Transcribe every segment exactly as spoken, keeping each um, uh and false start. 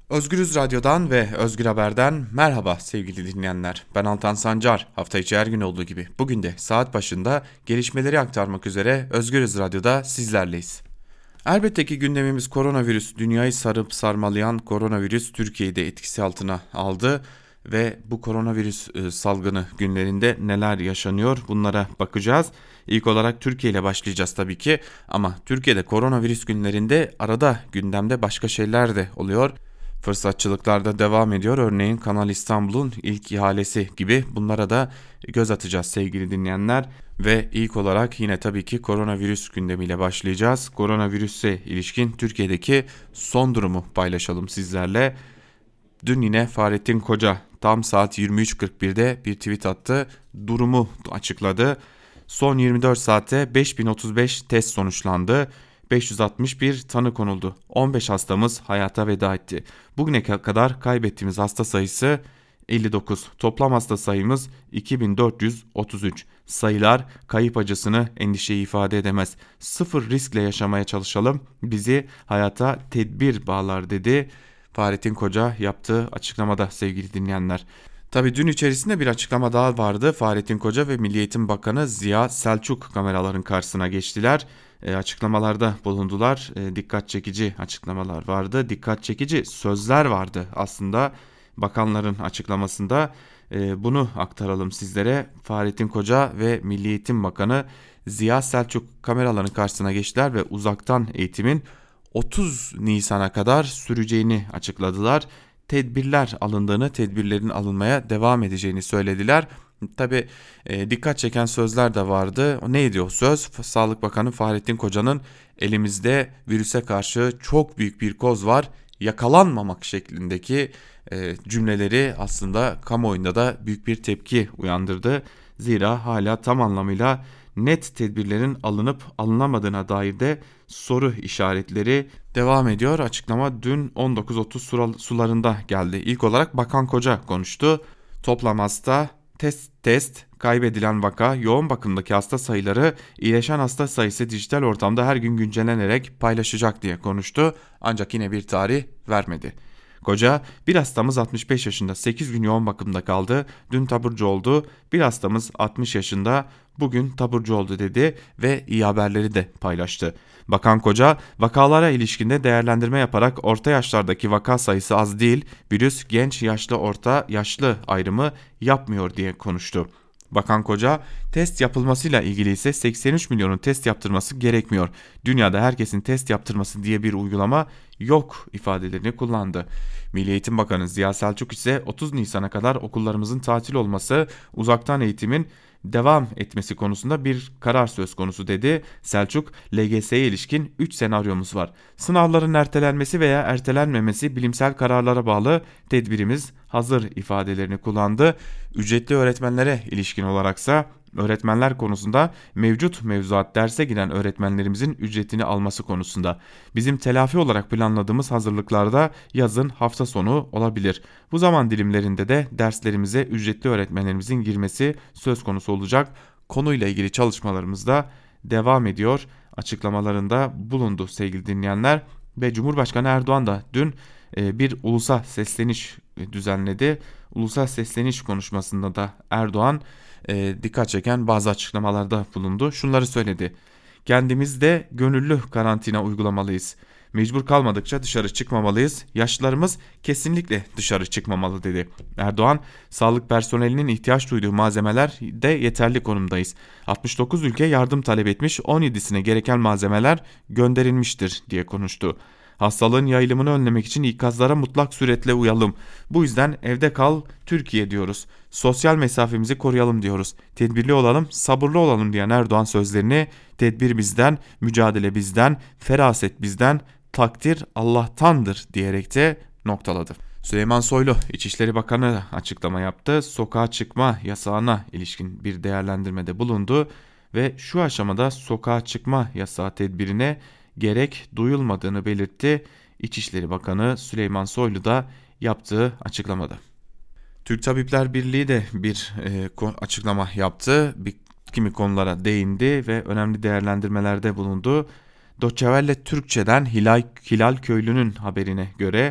Özgürüz Radyo'dan ve Özgür Haber'den merhaba sevgili dinleyenler. Ben Altan Sancar. Hafta içi her gün olduğu gibi bugün de saat başında gelişmeleri aktarmak üzere Özgürüz Radyo'da sizlerleyiz. Elbette ki gündemimiz koronavirüs. Dünyayı sarıp sarmalayan koronavirüs Türkiye'yi de etkisi altına aldı ve bu koronavirüs e, salgını günlerinde neler yaşanıyor bunlara bakacağız. İlk olarak Türkiye ile başlayacağız tabii ki, ama Türkiye'de koronavirüs günlerinde arada gündemde başka şeyler de oluyor. Fırsatçılıklar da devam ediyor. Örneğin Kanal İstanbul'un ilk ihalesi gibi bunlara da göz atacağız sevgili dinleyenler. Ve ilk olarak yine tabii ki koronavirüs gündemiyle başlayacağız. Koronavirüse ilişkin Türkiye'deki son durumu paylaşalım sizlerle. Dün yine Fahrettin Koca tam saat yirmi üç kırk birde bir tweet attı. Durumu açıkladı. Son yirmi dört saatte beş bin otuz beş test sonuçlandı. beş yüz altmış bir tanı konuldu. on beş hastamız hayata veda etti. Bugüne kadar kaybettiğimiz hasta sayısı elli dokuz. Toplam hasta sayımız iki bin dört yüz otuz üç. Sayılar kayıp acısını, endişeyi ifade edemez. Sıfır riskle yaşamaya çalışalım. Bizi hayata tedbir bağlar dedi Fahrettin Koca yaptığı açıklamada sevgili dinleyenler. Tabii dün içerisinde bir açıklama daha vardı. Fahrettin Koca ve Milli Eğitim Bakanı Ziya Selçuk kameraların karşısına geçtiler. E, açıklamalarda bulundular. E, dikkat çekici açıklamalar vardı. Dikkat çekici sözler vardı aslında bakanların açıklamasında. E, bunu aktaralım sizlere. Fahrettin Koca ve Milli Eğitim Bakanı Ziya Selçuk kameraların karşısına geçtiler ve uzaktan eğitimin otuz Nisan'a kadar süreceğini açıkladılar. Tedbirler alındığını, tedbirlerin alınmaya devam edeceğini söylediler. Tabii e, dikkat çeken sözler de vardı. O neydi o söz? Sağlık Bakanı Fahrettin Koca'nın elimizde virüse karşı çok büyük bir koz var, yakalanmamak şeklindeki e, cümleleri aslında kamuoyunda da büyük bir tepki uyandırdı. Zira hala tam anlamıyla net tedbirlerin alınıp alınamadığına dair de soru işaretleri devam ediyor. Açıklama dün on dokuz otuz sularında geldi. İlk olarak Bakan Koca konuştu. Toplam hasta, test, test, kaybedilen vaka, yoğun bakımdaki hasta sayıları, iyileşen hasta sayısı dijital ortamda her gün güncellenerek paylaşacak diye konuştu. Ancak yine bir tarih vermedi. Koca, bir hastamız altmış beş yaşında, sekiz gün yoğun bakımda kaldı, dün taburcu oldu, bir hastamız altmış yaşında, bugün taburcu oldu dedi ve iyi haberleri de paylaştı. Bakan Koca, vakalara ilişkinde değerlendirme yaparak orta yaşlardaki vaka sayısı az değil, virüs genç, yaşlı, orta yaşlı ayrımı yapmıyor diye konuştu. Bakan Koca, test yapılmasıyla ilgili ise seksen üç milyonun test yaptırması gerekmiyor. Dünyada herkesin test yaptırması diye bir uygulama yok ifadelerini kullandı. Milli Eğitim Bakanı Ziya Selçuk ise otuz Nisan'a kadar okullarımızın tatil olması, uzaktan eğitimin devam etmesi konusunda bir karar söz konusu dedi. Selçuk, L G S'ye ilişkin üç senaryomuz var. Sınavların ertelenmesi veya ertelenmemesi bilimsel kararlara bağlı, tedbirimiz hazır ifadelerini kullandı. Ücretli öğretmenlere ilişkin olaraksa öğretmenler konusunda mevcut mevzuat derse giren öğretmenlerimizin ücretini alması konusunda bizim telafi olarak planladığımız hazırlıklarda yazın hafta sonu olabilir. Bu zaman dilimlerinde de derslerimize ücretli öğretmenlerimizin girmesi söz konusu olacak. Konuyla ilgili çalışmalarımız da devam ediyor açıklamalarında bulundu sevgili dinleyenler. Ve Cumhurbaşkanı Erdoğan da dün bir ulusal sesleniş düzenledi. Ulusal sesleniş konuşmasında da Erdoğan e, dikkat çeken bazı açıklamalarda bulundu. Şunları söyledi. Kendimizde gönüllü karantina uygulamalıyız. Mecbur kalmadıkça dışarı çıkmamalıyız. Yaşlılarımız kesinlikle dışarı çıkmamalı dedi. Erdoğan, sağlık personelinin ihtiyaç duyduğu malzemeler de yeterli konumdayız. altmış dokuz ülke yardım talep etmiş, on yedisine gereken malzemeler gönderilmiştir diye konuştu. Hastalığın yayılımını önlemek için ikazlara mutlak suretle uyalım. Bu yüzden evde kal Türkiye diyoruz. Sosyal mesafemizi koruyalım diyoruz. Tedbirli olalım, sabırlı olalım diyen Erdoğan sözlerini tedbir bizden, mücadele bizden, feraset bizden, takdir Allah'tandır diyerek de noktaladı. Süleyman Soylu, İçişleri Bakanı açıklama yaptı. Sokağa çıkma yasağına ilişkin bir değerlendirmede bulundu ve şu aşamada sokağa çıkma yasağı tedbirine gerek duyulmadığını belirtti. İçişleri Bakanı Süleyman Soylu da yaptığı açıklamada. Türk Tabipler Birliği de bir e, açıklama yaptı. Bir, kimi konulara değindi ve önemli değerlendirmelerde bulundu. Deutsche Welle Türkçe'den Hilal, Hilal Köylü'nün haberine göre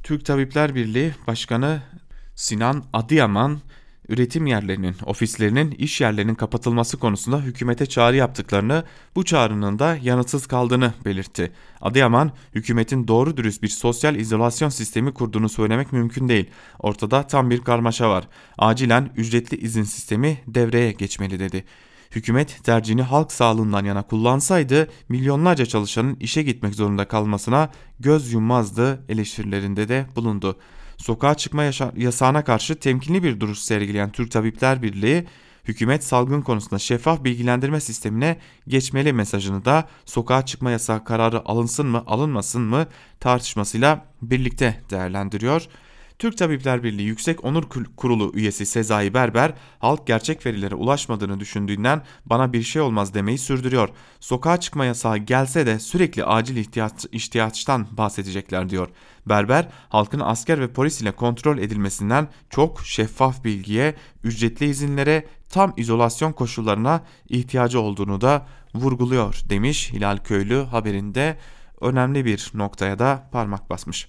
Türk Tabipler Birliği Başkanı Sinan Adıyaman, üretim yerlerinin, ofislerinin, iş yerlerinin kapatılması konusunda hükümete çağrı yaptıklarını, bu çağrının da yanıtsız kaldığını belirtti. Adıyaman, hükümetin doğru dürüst bir sosyal izolasyon sistemi kurduğunu söylemek mümkün değil. Ortada tam bir karmaşa var. Acilen ücretli izin sistemi devreye geçmeli dedi. Hükümet tercihini halk sağlığından yana kullansaydı milyonlarca çalışanın işe gitmek zorunda kalmasına göz yummazdı eleştirilerinde de bulundu. Sokağa çıkma yasağına karşı temkinli bir duruş sergileyen Türk Tabipler Birliği, hükümet salgın konusunda şeffaf bilgilendirme sistemine geçmeli mesajını da sokağa çıkma yasağı kararı alınsın mı alınmasın mı tartışmasıyla birlikte değerlendiriyor. Türk Tabipler Birliği Yüksek Onur Kurulu üyesi Sezai Berber, halk gerçek verilere ulaşmadığını düşündüğünden bana bir şey olmaz demeyi sürdürüyor. Sokağa çıkma yasağı gelse de sürekli acil ihtiyaç, ihtiyaçtan bahsedecekler diyor. Berber, halkın asker ve polis ile kontrol edilmesinden çok şeffaf bilgiye, ücretli izinlere, tam izolasyon koşullarına ihtiyacı olduğunu da vurguluyor demiş. Hilal Köylü haberinde önemli bir noktaya da parmak basmış.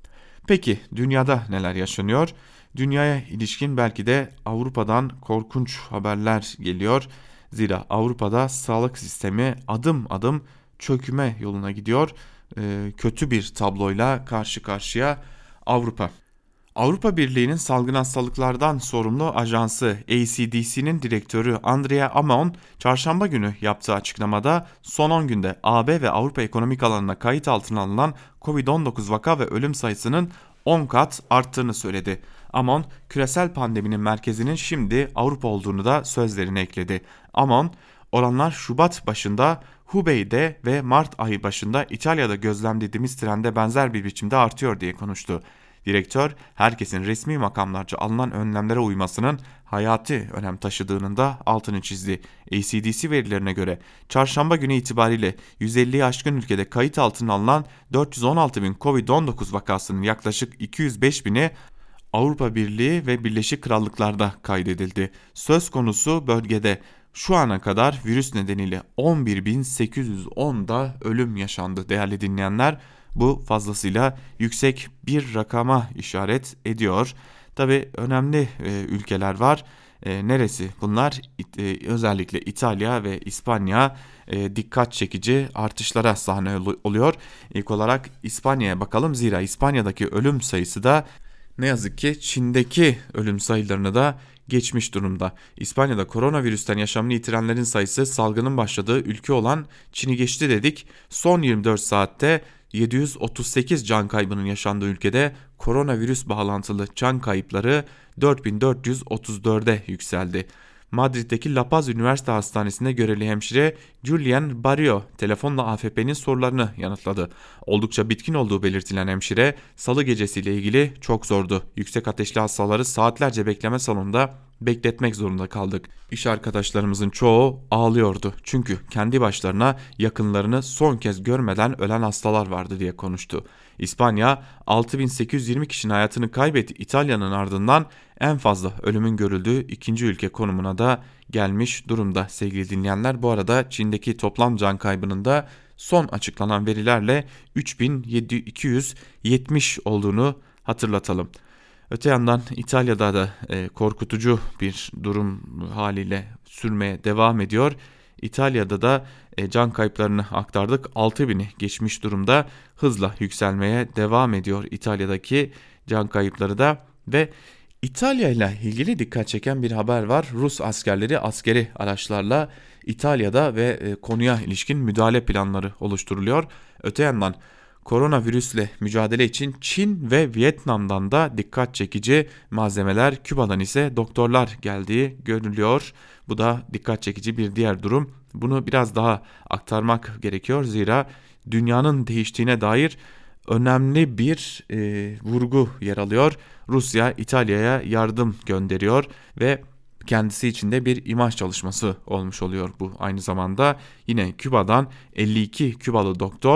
Peki dünyada neler yaşanıyor? Dünyaya ilişkin belki de Avrupa'dan korkunç haberler geliyor. Zira Avrupa'da sağlık sistemi adım adım çöküme yoluna gidiyor. Ee, kötü bir tabloyla karşı karşıya Avrupa. Avrupa Birliği'nin salgın hastalıklardan sorumlu ajansı A C D C'nin direktörü Andrea Ammon, çarşamba günü yaptığı açıklamada son on günde A B ve Avrupa ekonomik alanına kayıt altına alınan kovid on dokuz vaka ve ölüm sayısının on kat arttığını söyledi. Ammon, küresel pandeminin merkezinin şimdi Avrupa olduğunu da sözlerine ekledi. Ammon, oranlar Şubat başında Hubei'de ve Mart ayı başında İtalya'da gözlemlediğimiz trende benzer bir biçimde artıyor diye konuştu. Direktör, herkesin resmi makamlarca alınan önlemlere uymasının hayati önem taşıdığının da altını çizdi. A C D C verilerine göre çarşamba günü itibariyle yüz elliyi aşkın ülkede kayıt altına alınan dört yüz on altı bin kovid on dokuz vakasının yaklaşık iki yüz beş bini Avrupa Birliği ve Birleşik Krallıklar'da kaydedildi. Söz konusu bölgede şu ana kadar virüs nedeniyle on bir bin sekiz yüz onda ölüm yaşandı değerli dinleyenler. Bu fazlasıyla yüksek bir rakama işaret ediyor. Tabii önemli e, ülkeler var. E, neresi bunlar? E, özellikle İtalya ve İspanya e, dikkat çekici artışlara sahne oluyor. İlk olarak İspanya'ya bakalım. Zira İspanya'daki ölüm sayısı da ne yazık ki Çin'deki ölüm sayılarını da geçmiş durumda. İspanya'da koronavirüsten yaşamını yitirenlerin sayısı salgının başladığı ülke olan Çin'i geçti dedik. Son yirmi dört saatte yedi yüz otuz sekiz can kaybının yaşandığı ülkede koronavirüs bağlantılı can kayıpları dört bin dört yüz otuz dörde yükseldi. Madrid'deki La Paz Üniversite Hastanesi'nde görevli hemşire Julian Barrio telefonla A F P'nin sorularını yanıtladı. Oldukça bitkin olduğu belirtilen hemşire, salı gecesiyle ilgili çok zordu. Yüksek ateşli hastaları saatlerce bekleme salonunda bekletmek zorunda kaldık. İş arkadaşlarımızın çoğu ağlıyordu. Çünkü kendi başlarına yakınlarını son kez görmeden ölen hastalar vardı diye konuştu. İspanya altı bin sekiz yüz yirmi kişinin hayatını kaybetti. İtalya'nın ardından en fazla ölümün görüldüğü ikinci ülke konumuna da gelmiş durumda sevgili dinleyenler. Bu arada Çin'deki toplam can kaybının da son açıklanan verilerle üç bin iki yüz yetmiş olduğunu hatırlatalım. Öte yandan İtalya'da da e, korkutucu bir durum haliyle sürmeye devam ediyor. İtalya'da da e, can kayıplarını aktardık. altı bini geçmiş durumda, hızla yükselmeye devam ediyor İtalya'daki can kayıpları da. Ve İtalya ile ilgili dikkat çeken bir haber var. Rus askerleri askeri araçlarla İtalya'da ve e, konuya ilişkin müdahale planları oluşturuluyor. Öte yandan koronavirüsle mücadele için Çin ve Vietnam'dan da dikkat çekici malzemeler, Küba'dan ise doktorlar geldiği görülüyor. Bu da dikkat çekici bir diğer durum. Bunu biraz daha aktarmak gerekiyor. Zira dünyanın değiştiğine dair önemli bir e, vurgu yer alıyor. Rusya İtalya'ya yardım gönderiyor ve kendisi için de bir imaj çalışması olmuş oluyor bu aynı zamanda. Yine Küba'dan elli iki Kübalı doktor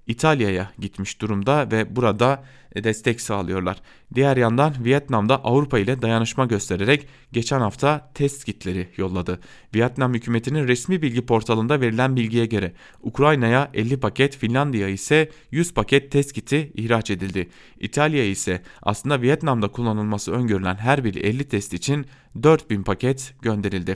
İtalya'ya gitmiş durumda ve burada destek sağlıyorlar. Diğer yandan Vietnam'da Avrupa ile dayanışma göstererek geçen hafta test kitleri yolladı. Vietnam hükümetinin resmi bilgi portalında verilen bilgiye göre Ukrayna'ya elli paket, Finlandiya'ya ise yüz paket test kiti ihraç edildi. İtalya ise aslında Vietnam'da kullanılması öngörülen her biri elli test için dört bin paket gönderildi.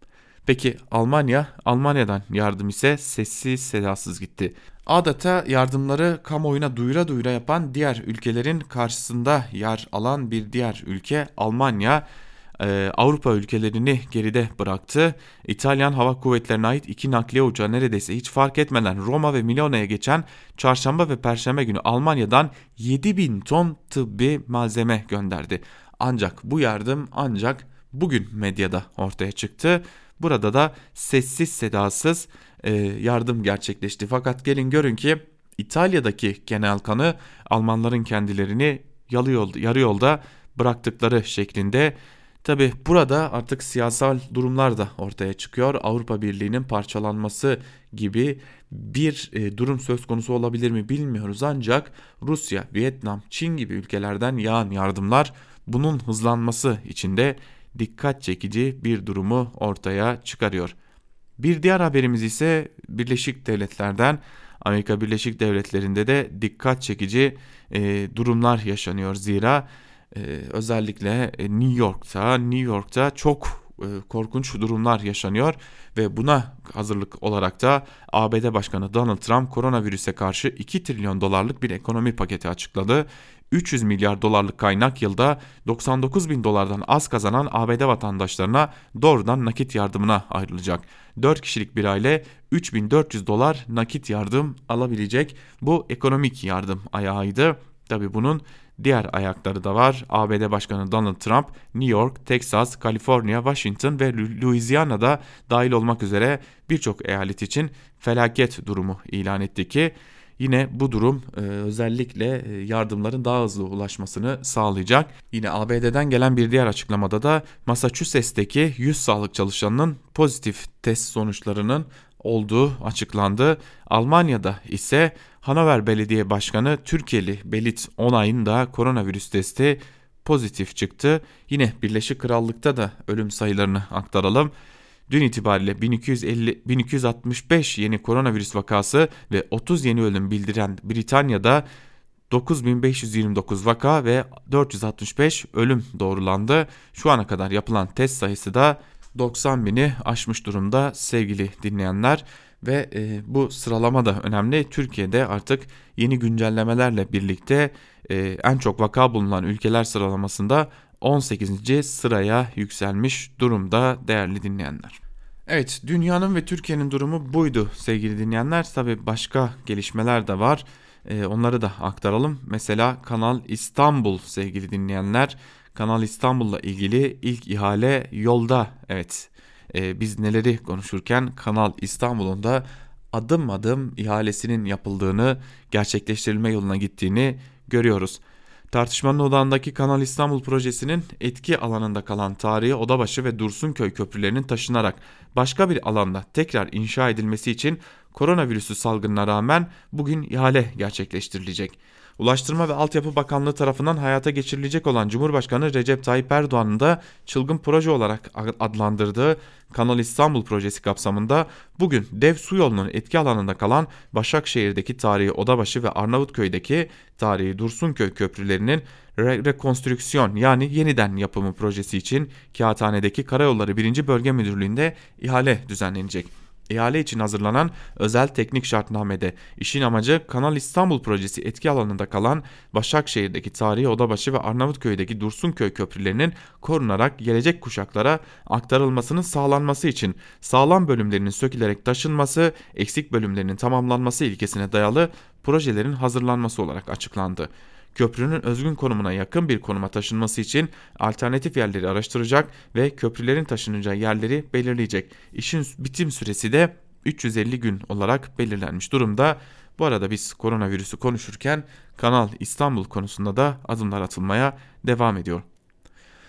Peki Almanya? Almanya'dan yardım ise sessiz sedasız gitti. Adeta yardımları kamuoyuna duyura duyura yapan diğer ülkelerin karşısında yer alan bir diğer ülke Almanya. Ee, Avrupa ülkelerini geride bıraktı. İtalyan Hava Kuvvetleri'ne ait iki nakliye uçağı neredeyse hiç fark etmeden Roma ve Milano'ya geçen çarşamba ve perşembe günü Almanya'dan yedi bin ton tıbbi malzeme gönderdi. Ancak bu yardım ancak bugün medyada ortaya çıktı. Burada da sessiz sedasız e, yardım gerçekleşti. Fakat gelin görün ki İtalya'daki genel kanı Almanların kendilerini yarı yolda, yarı yolda bıraktıkları şeklinde. Tabi burada artık siyasal durumlar da ortaya çıkıyor. Avrupa Birliği'nin parçalanması gibi bir e, durum söz konusu olabilir mi bilmiyoruz. Ancak Rusya, Vietnam, Çin gibi ülkelerden yağan yardımlar bunun hızlanması için de dikkat çekici bir durumu ortaya çıkarıyor. Bir diğer haberimiz ise Birleşik Devletler'den. Amerika Birleşik Devletleri'nde de dikkat çekici e, durumlar yaşanıyor. Zira e, özellikle New York'ta, New York'ta çok e, korkunç durumlar yaşanıyor ve buna hazırlık olarak da A B D Başkanı Donald Trump koronavirüse karşı iki trilyon dolarlık bir ekonomi paketi açıkladı. üç yüz milyar dolarlık kaynak yılda doksan dokuz bin dolardan az kazanan A B D vatandaşlarına doğrudan nakit yardımına ayrılacak. dört kişilik bir aile üç bin dört yüz dolar nakit yardım alabilecek. Bu ekonomik yardım ayağıydı. Tabii bunun diğer ayakları da var. A B D Başkanı Donald Trump, New York, Texas, Kaliforniya, Washington ve Louisiana'da dahil olmak üzere birçok eyalet için felaket durumu ilan etti ki yine bu durum e, özellikle e, yardımların daha hızlı ulaşmasını sağlayacak. Yine A B D'den gelen bir diğer açıklamada da Massachusetts'teki yüz sağlık çalışanının pozitif test sonuçlarının olduğu açıklandı. Almanya'da ise Hannover Belediye Başkanı Türkiye'li Belit Onay'ın da koronavirüs testi pozitif çıktı. Yine Birleşik Krallık'ta da ölüm sayılarını aktaralım. Dün itibariyle bin iki yüz elli, bin iki yüz altmış beş yeni koronavirüs vakası ve otuz yeni ölüm bildiren Britanya'da dokuz bin beş yüz yirmi dokuz vaka ve dört yüz altmış beş ölüm doğrulandı. Şu ana kadar yapılan test sayısı da doksan bini aşmış durumda sevgili dinleyenler. Ve e, bu sıralama da önemli. Türkiye'de artık yeni güncellemelerle birlikte e, en çok vaka bulunan ülkeler sıralamasında on sekizinci sıraya yükselmiş durumda değerli dinleyenler. Evet, dünyanın ve Türkiye'nin durumu buydu sevgili dinleyenler. Tabii başka gelişmeler de var. E, onları da aktaralım. Mesela Kanal İstanbul sevgili dinleyenler. Kanal İstanbul'la ilgili ilk ihale yolda. Evet. Ee, biz neleri konuşurken Kanal İstanbul'un da adım adım ihalesinin yapıldığını, gerçekleştirilme yoluna gittiğini görüyoruz. Tartışmanın odağındaki Kanal İstanbul projesinin etki alanında kalan tarihi Odabaşı ve Dursunköy köprülerinin taşınarak başka bir alanda tekrar inşa edilmesi için koronavirüsü salgınına rağmen bugün ihale gerçekleştirilecek. Ulaştırma ve Altyapı Bakanlığı tarafından hayata geçirilecek olan Cumhurbaşkanı Recep Tayyip Erdoğan'ın da çılgın proje olarak adlandırdığı Kanal İstanbul projesi kapsamında bugün dev su yolunun etki alanında kalan Başakşehir'deki tarihi Odabaşı ve Arnavutköy'deki tarihi Dursunköy köprülerinin re- rekonstrüksiyon yani yeniden yapımı projesi için Kağıthane'deki Karayolları birinci Bölge Müdürlüğü'nde ihale düzenlenecek. İhale için hazırlanan özel teknik şartnamede işin amacı Kanal İstanbul projesi etki alanında kalan Başakşehir'deki tarihi Odabaşı ve Arnavutköy'deki Dursunköy köprülerinin korunarak gelecek kuşaklara aktarılmasının sağlanması için sağlam bölümlerinin sökülerek taşınması, eksik bölümlerinin tamamlanması ilkesine dayalı projelerin hazırlanması olarak açıklandı. Köprünün özgün konumuna yakın bir konuma taşınması için alternatif yerleri araştıracak ve köprülerin taşınacağı yerleri belirleyecek. İşin bitim süresi de üç yüz elli gün olarak belirlenmiş durumda. Bu arada biz koronavirüsü konuşurken Kanal İstanbul konusunda da adımlar atılmaya devam ediyor.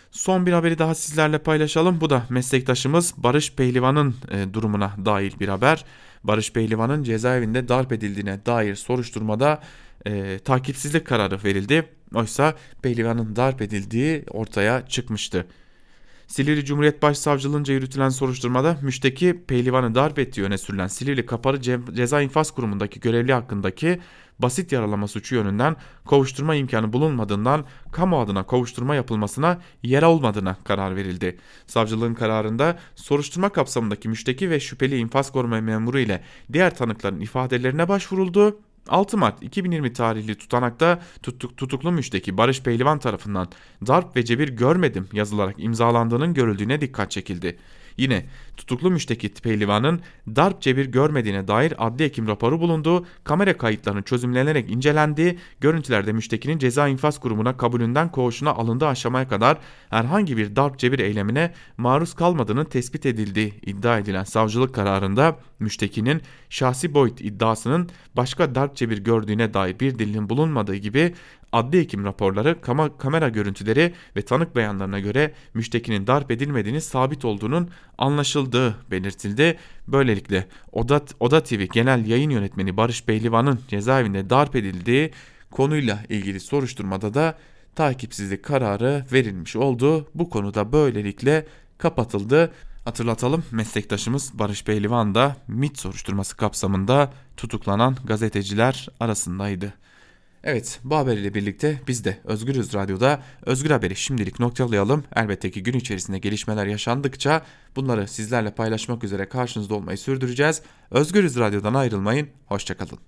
Son bir haberi daha sizlerle paylaşalım. Bu da meslektaşımız Barış Pehlivan'ın e, durumuna dair bir haber. Barış Pehlivan'ın cezaevinde darp edildiğine dair soruşturmada e, takipsizlik kararı verildi. Oysa Pehlivan'ın darp edildiği ortaya çıkmıştı. Silivri Cumhuriyet Başsavcılığınca yürütülen soruşturmada müşteki Pehlivan'ı darp ettiği öne sürülen Silivri Kapalı Ce- Ceza İnfaz Kurumu'ndaki görevli hakkındaki basit yaralama suçu yönünden kovuşturma imkanı bulunmadığından kamu adına kovuşturma yapılmasına yer olmadığına karar verildi. Savcılığın kararında soruşturma kapsamındaki müşteki ve şüpheli infaz koruma memuru ile diğer tanıkların ifadelerine başvuruldu. altı Mart iki bin yirmi tarihli tutanakta tutuk, tutuklu müşteki Barış Pehlivan tarafından darp ve cebir görmedim yazılarak imzalandığının görüldüğüne dikkat çekildi. Yine tutuklu müşteki Pehlivan'ın darp cebir görmediğine dair adli hekim raporu bulunduğu, kamera kayıtlarının çözümlenerek incelendiği, görüntülerde müştekinin ceza infaz kurumuna kabulünden koğuşuna alındığı aşamaya kadar herhangi bir darp cebir eylemine maruz kalmadığının tespit edildiği iddia edilen savcılık kararında müştekinin şahsi boyut iddiasının başka darp cebir gördüğüne dair bir delilin bulunmadığı gibi adli hekim raporları, kama, kamera görüntüleri ve tanık beyanlarına göre müştekinin darp edilmediğini sabit olduğunun anlaşıldığı belirtildi. Böylelikle Oda, Oda T V Genel Yayın Yönetmeni Barış Pehlivan'ın cezaevinde darp edildiği konuyla ilgili soruşturmada da takipsizlik kararı verilmiş oldu. Bu konuda böylelikle kapatıldı. Hatırlatalım, meslektaşımız Barış Pehlivan da MİT soruşturması kapsamında tutuklanan gazeteciler arasındaydı. Evet, bu haberle birlikte biz de Özgürüz Radyo'da Özgür Haber'i şimdilik noktalayalım. Elbette ki gün içerisinde gelişmeler yaşandıkça bunları sizlerle paylaşmak üzere karşınızda olmayı sürdüreceğiz. Özgürüz Radyo'dan ayrılmayın, hoşça kalın.